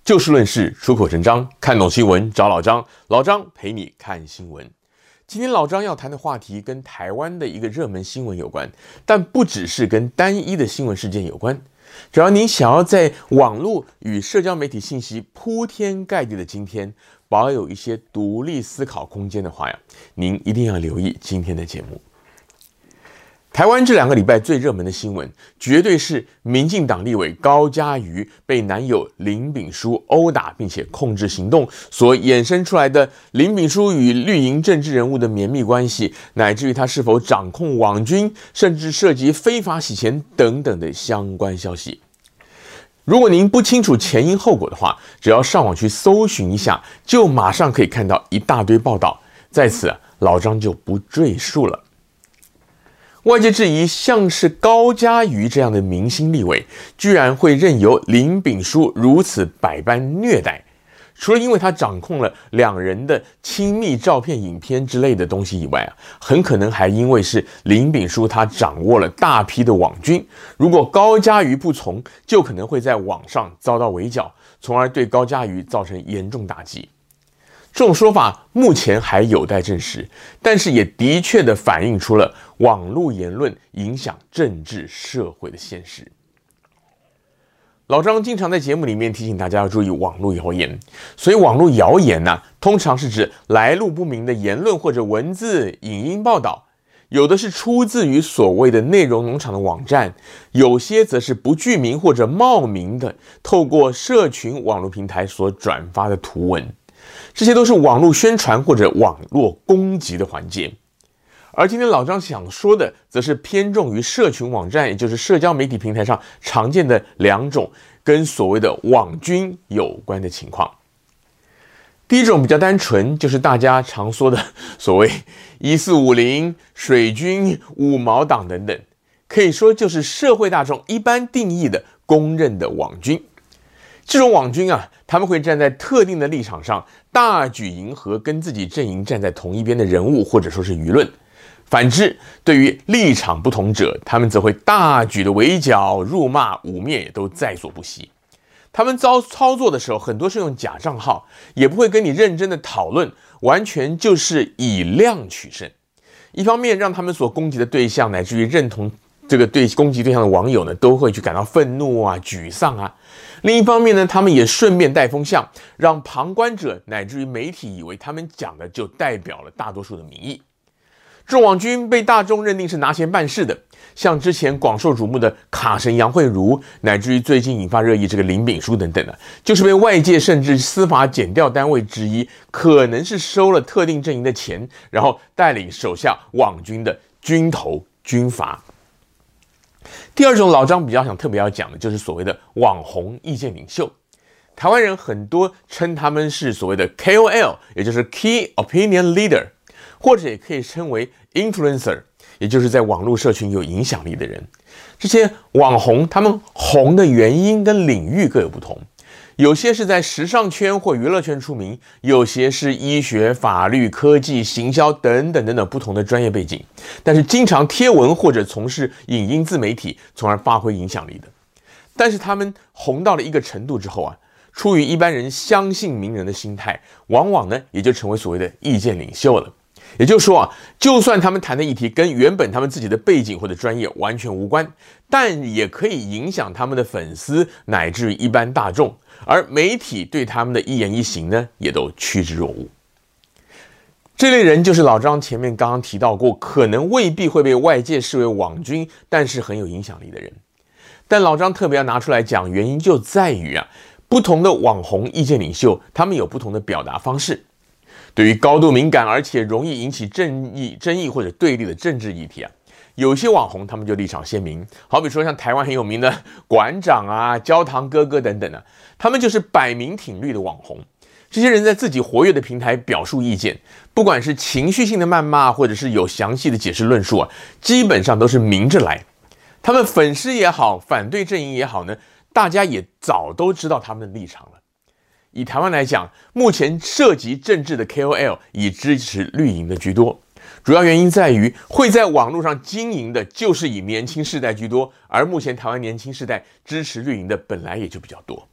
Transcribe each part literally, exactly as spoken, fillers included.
就事论事，出口成章，看懂新闻找老张，老张陪你看新闻。今天老张要谈的话题跟台湾的一个热门新闻有关，但不只是跟单一的新闻事件有关。只要您想要在网络与社交媒体信息铺天盖地的今天，保有一些独立思考空间的话呀，您一定要留意今天的节目。台湾这两个礼拜最热门的新闻，绝对是民进党立委高嘉瑜被男友林炳书殴打并且控制行动所衍生出来的林炳书与绿营政治人物的绵密关系，乃至于他是否掌控网军，甚至涉及非法洗钱等等的相关消息。如果您不清楚前因后果的话，只要上网去搜寻一下，就马上可以看到一大堆报道，在此老张就不赘述了。外界质疑，像是高嘉瑜这样的明星立委，居然会任由林炳书如此百般虐待。除了因为他掌控了两人的亲密照片、影片之类的东西以外啊，很可能还因为是林炳书他掌握了大批的网军，如果高嘉瑜不从，就可能会在网上遭到围剿，从而对高嘉瑜造成严重打击。这种说法目前还有待证实，但是也的确的反映出了网络言论影响政治社会的现实。老张经常在节目里面提醒大家要注意网络谣言，所以网络谣言呢、啊，通常是指来路不明的言论或者文字、影音报道，有的是出自于所谓的内容农场的网站，有些则是不具名或者冒名的，透过社群网络平台所转发的图文。这些都是网络宣传或者网络攻击的环节。而今天老张想说的，则是偏重于社群网站，也就是社交媒体平台上常见的两种跟所谓的网军有关的情况。第一种比较单纯，就是大家常说的所谓一四五零、水军、五毛党等等，可以说就是社会大众一般定义的公认的网军。这种网军啊，他们会站在特定的立场上，大举迎合跟自己阵营站在同一边的人物或者说是舆论。反之，对于立场不同者，他们则会大举的围剿、辱骂、污蔑，也都在所不惜。他们遭操作的时候，很多是用假账号，也不会跟你认真的讨论，完全就是以量取胜。一方面让他们所攻击的对象，乃至于认同这个对攻击对象的网友呢，都会去感到愤怒啊、沮丧啊。另一方面呢，他们也顺便带风向，让旁观者乃至于媒体以为他们讲的就代表了大多数的民意。这种网军被大众认定是拿钱办事的，像之前广受瞩目的卡神杨惠如，乃至于最近引发热议这个林炳书等等的，就是被外界甚至司法检调单位质疑，可能是收了特定阵营的钱，然后带领手下网军的军头军阀。第二种老张比较想特别要讲的，就是所谓的网红意见领袖。台湾人很多称他们是所谓的 K O L， 也就是 Key Opinion Leader， 或者也可以称为 Influencer， 也就是在网络社群有影响力的人。这些网红他们红的原因跟领域各有不同，有些是在时尚圈或娱乐圈出名，有些是医学、法律、科技、行销等等等等不同的专业背景，但是经常贴文或者从事影音自媒体，从而发挥影响力的。但是他们红到了一个程度之后啊，出于一般人相信名人的心态，往往呢也就成为所谓的意见领袖了。也就是说啊，就算他们谈的议题跟原本他们自己的背景或者专业完全无关，但也可以影响他们的粉丝乃至于一般大众，而媒体对他们的一言一行呢，也都趋之若鹜。这类人就是老张前面刚刚提到过，可能未必会被外界视为网军，但是很有影响力的人。但老张特别要拿出来讲，原因就在于啊，不同的网红意见领袖，他们有不同的表达方式。对于高度敏感而且容易引起正义争议或者对立的政治议题啊，有些网红他们就立场鲜明，好比说像台湾很有名的馆长啊、焦糖哥哥等等啊，他们就是摆明挺绿的网红。这些人在自己活跃的平台表述意见，不管是情绪性的谩骂，或者是有详细的解释论述啊，基本上都是明着来。他们粉丝也好，反对阵营也好呢，大家也早都知道他们的立场了。以台湾来讲，目前涉及政治的 K O L 以支持绿营的居多，主要原因在于会在网络上经营的就是以年轻世代居多，而目前台湾年轻世代支持绿营的本来也就比较多，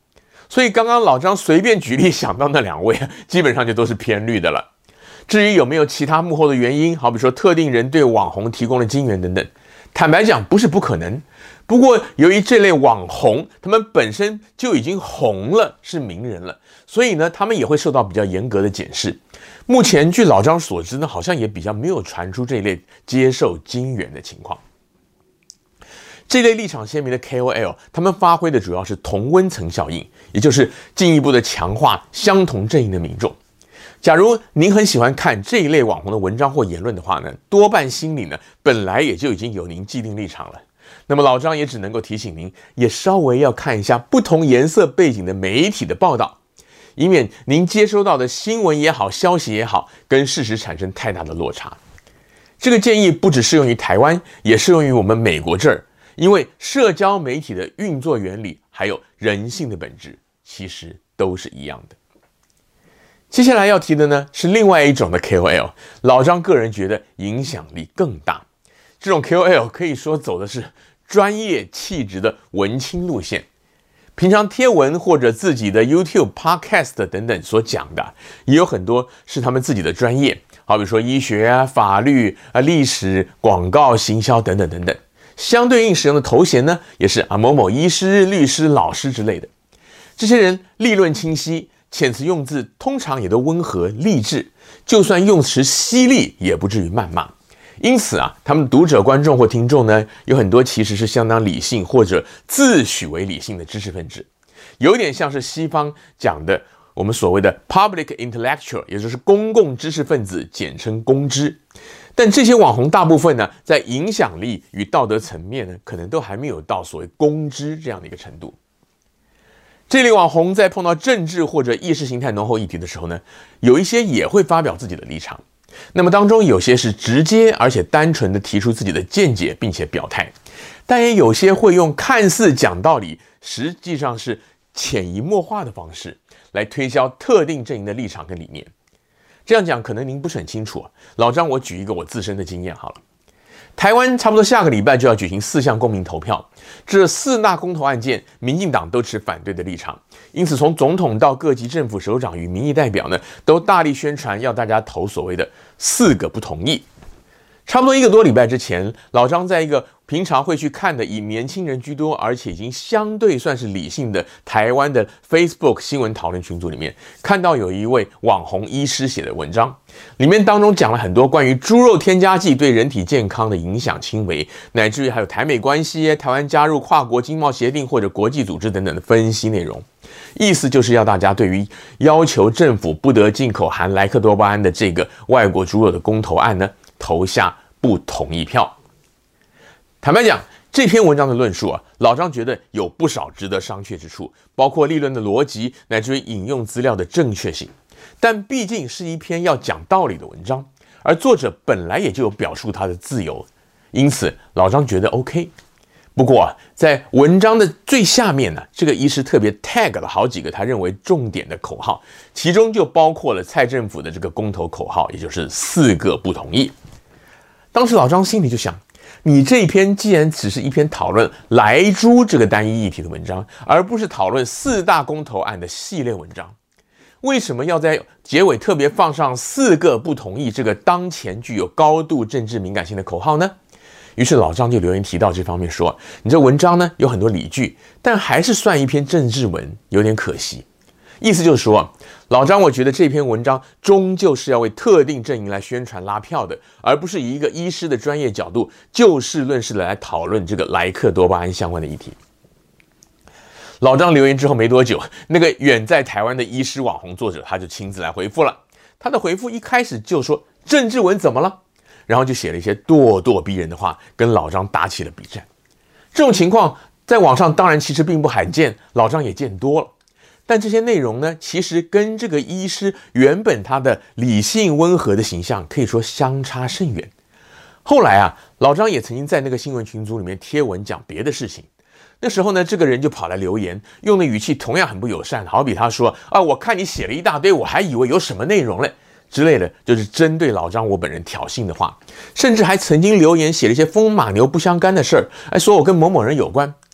所以刚刚老张随便举例想到那两位，基本上就都是偏绿的了。至于有没有其他幕后的原因，好比说特定人对网红提供了金援等等，坦白讲不是不可能。不过由于这类网红他们本身就已经红了，是名人了，所以呢他们也会受到比较严格的检视。目前据老张所知呢，好像也比较没有传出这类接受金援的情况。这类立场鲜明的 K O L， 他们发挥的主要是同温层效应，也就是进一步的强化相同阵营的民众。假如您很喜欢看这一类网红的文章或言论的话呢，多半心里呢本来也就已经有您既定立场了。那么老张也只能够提醒您，也稍微要看一下不同颜色背景的媒体的报道，以免您接收到的新闻也好，消息也好，跟事实产生太大的落差。这个建议不只适用于台湾，也适用于我们美国这儿，因为社交媒体的运作原理还有人性的本质，其实都是一样的。接下来要提的呢是另外一种的 K O L， 老张个人觉得影响力更大。这种 K O L 可以说走的是专业气质的文青路线，平常贴文或者自己的 YouTube、Podcast 等等所讲的，也有很多是他们自己的专业，好比说医学啊、法律啊、历史、广告、行销等等等等。相对应使用的头衔呢，也是啊某某医师、律师、老师之类的。这些人立论清晰，遣词用字通常也都温和励志，就算用词犀利，也不至于谩骂。因此啊，他们读者、观众或听众呢，有很多其实是相当理性或者自诩为理性的知识分子，有点像是西方讲的我们所谓的 public intellectual， 也就是公共知识分子，简称公知。但这些网红大部分呢，在影响力与道德层面呢，可能都还没有到所谓公知这样的一个程度。这类网红在碰到政治或者意识形态浓厚议题的时候呢，有一些也会发表自己的立场。那么当中有些是直接而且单纯的提出自己的见解并且表态，但也有些会用看似讲道理，实际上是潜移默化的方式来推销特定阵营的立场跟理念。这样讲可能您不是很清楚，老张我举一个我自身的经验好了。台湾差不多下个礼拜就要举行四项公民投票，这四大公投案件，民进党都持反对的立场，因此从总统到各级政府首长与民意代表呢，都大力宣传要大家投所谓的四个不同意。差不多一个多礼拜之前，老张在一个平常会去看的以年轻人居多，而且已经相对算是理性的台湾的 Facebook 新闻讨论群组里面，看到有一位网红医师写的文章，里面当中讲了很多关于猪肉添加剂对人体健康的影响轻微，乃至于还有台美关系、台湾加入跨国经贸协定或者国际组织等等的分析内容。意思就是要大家对于要求政府不得进口含莱克多巴胺的这个外国猪肉的公投案呢，投下不同意票。坦白讲，这篇文章的论述啊，老张觉得有不少值得商榷之处，包括立论的逻辑，乃至于引用资料的正确性。但毕竟是一篇要讲道理的文章，而作者本来也就有表述他的自由，因此老张觉得 OK。不过啊，在文章的最下面呢，这个医师特别 tag 了好几个他认为重点的口号，其中就包括了蔡政府的这个公投口号，也就是四个不同意。当时老张心里就想，你这一篇既然只是一篇讨论莱猪这个单一议题的文章，而不是讨论四大公投案的系列文章，为什么要在结尾特别放上四个不同意这个当前具有高度政治敏感性的口号呢？于是老张就留言提到这方面说，你这文章呢有很多理据，但还是算一篇政治文，有点可惜。意思就是说，老张我觉得这篇文章终究是要为特定阵营来宣传拉票的，而不是以一个医师的专业角度就事论事的来讨论这个莱克多巴胺相关的议题。老张留言之后没多久，那个远在台湾的医师网红作者他就亲自来回复了。他的回复一开始就说政治文怎么了，然后就写了一些咄咄逼人的话，跟老张打起了笔战。这种情况在网上当然其实并不罕见，老张也见多了。但这些内容呢，其实跟这个医师原本他的理性温和的形象可以说相差甚远。后来啊，老张也曾经在那个新闻群组里面贴文讲别的事情，那时候呢，这个人就跑来留言，用的语气同样很不友善，好比他说啊，我看你写了一大堆，我还以为有什么内容嘞之类的，就是针对老张我本人挑衅的话，甚至还曾经留言写了一些风马牛不相干的事儿，哎，说我跟某某人有关。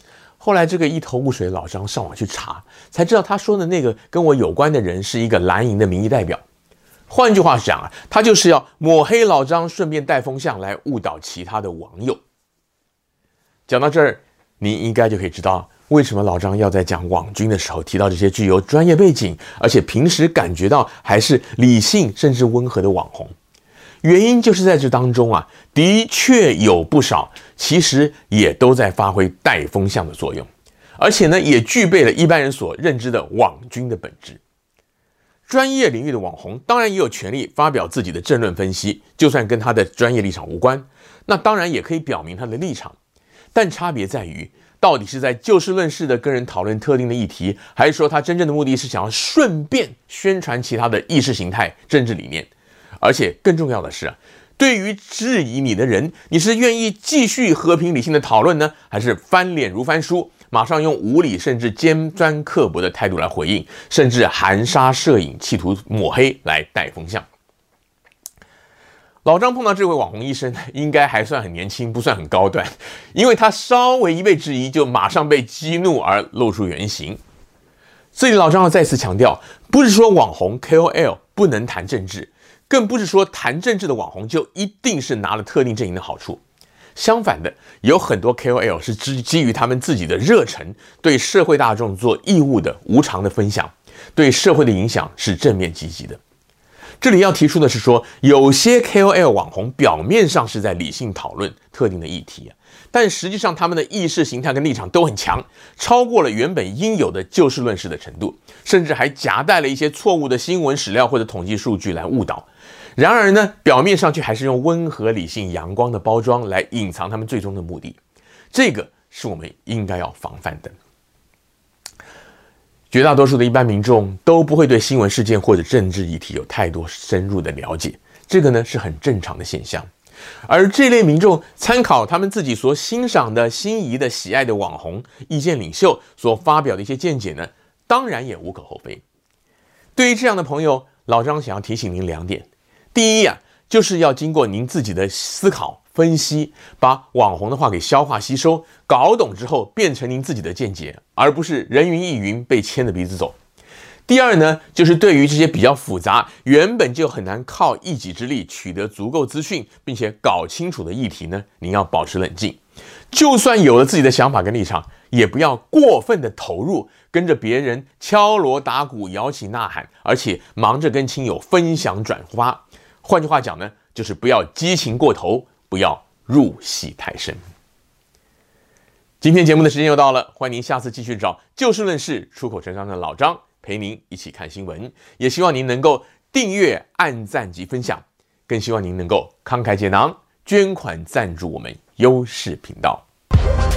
后来这个一头雾水的老张上网去查，才知道他说的那个跟我有关的人是一个蓝营的民意代表。换句话讲啊，他就是要抹黑老张，顺便带风向来误导其他的网友。讲到这儿，你应该就可以知道为什么老张要在讲网军的时候提到这些具有专业背景，而且平时感觉到还是理性甚至温和的网红。原因就是在这当中啊，的确有不少其实也都在发挥带风向的作用，而且呢，也具备了一般人所认知的网军的本质。专业领域的网红当然也有权利发表自己的政论分析，就算跟他的专业立场无关，那当然也可以表明他的立场。但差别在于，到底是在就事论事的跟人讨论特定的议题，还是说他真正的目的是想要顺便宣传其他的意识形态、政治理念。而且更重要的是啊，对于质疑你的人，你是愿意继续和平理性的讨论呢，还是翻脸如翻书，马上用无理甚至尖钻刻薄的态度来回应，甚至含沙射影，企图抹黑来带风向？老张碰到这位网红医生，应该还算很年轻，不算很高端，因为他稍微一被质疑，就马上被激怒而露出原形。这里老张要再次强调，不是说网红 K O L 不能谈政治，更不是说谈政治的网红就一定是拿了特定阵营的好处。相反的，有很多 K O L 是基于他们自己的热忱，对社会大众做义务的无偿的分享，对社会的影响是正面积极的。这里要提出的是说，有些 K O L 网红表面上是在理性讨论特定的议题啊，但实际上他们的意识形态跟立场都很强，超过了原本应有的就事论事的程度，甚至还夹带了一些错误的新闻史料或者统计数据来误导。然而呢，表面上却还是用温和、理性、阳光的包装来隐藏他们最终的目的，这个是我们应该要防范的。绝大多数的一般民众都不会对新闻事件或者政治议题有太多深入的了解，这个呢是很正常的现象。而这类民众参考他们自己所欣赏的、心仪的、喜爱的网红、意见领袖所发表的一些见解呢，当然也无可厚非。对于这样的朋友，老张想要提醒您两点。第一啊，就是要经过您自己的思考分析，把网红的话给消化吸收，搞懂之后变成您自己的见解，而不是人云亦云被牵着鼻子走。第二呢，就是对于这些比较复杂、原本就很难靠一己之力取得足够资讯，并且搞清楚的议题呢，您要保持冷静。就算有了自己的想法跟立场，也不要过分的投入，跟着别人敲锣打鼓、摇旗呐喊，而且忙着跟亲友分享转发。换句话讲呢，就是不要激情过头，不要入戏太深。今天节目的时间又到了，欢迎您下次继续找就事论事、出口成章的老张陪您一起看新闻，也希望您能够订阅、按赞及分享，更希望您能够慷慨解囊，捐款赞助我们优视频道。